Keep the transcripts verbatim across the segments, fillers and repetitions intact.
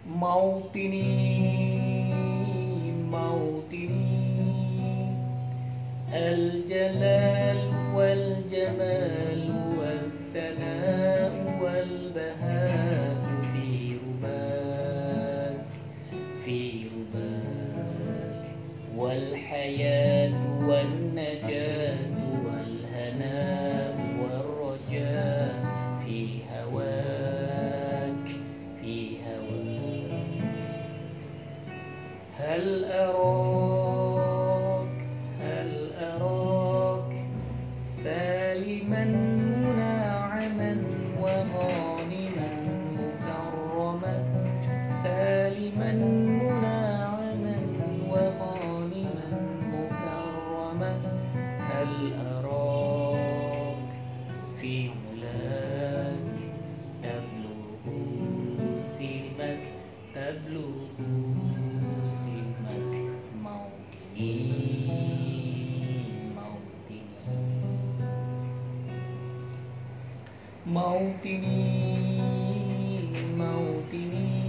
موطني موطني الجلال والجمال والسناء والبهاء في رباك في رباك والحياة والنجاة والهناء والرجاء في هواك في هواك. هل أراك هل أراك سالما منعما وغانما مكرما سالما منعما وغانما مكرما. هل أراك في ملاك تبلغ سمك تبلغ سمك موطني موطني موطني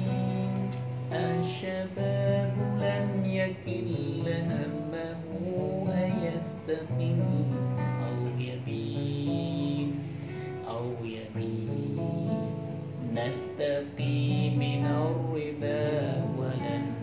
الشباب لن يكل همه أيستقيم أو يبين أو يبين. نستقي من الربا ولن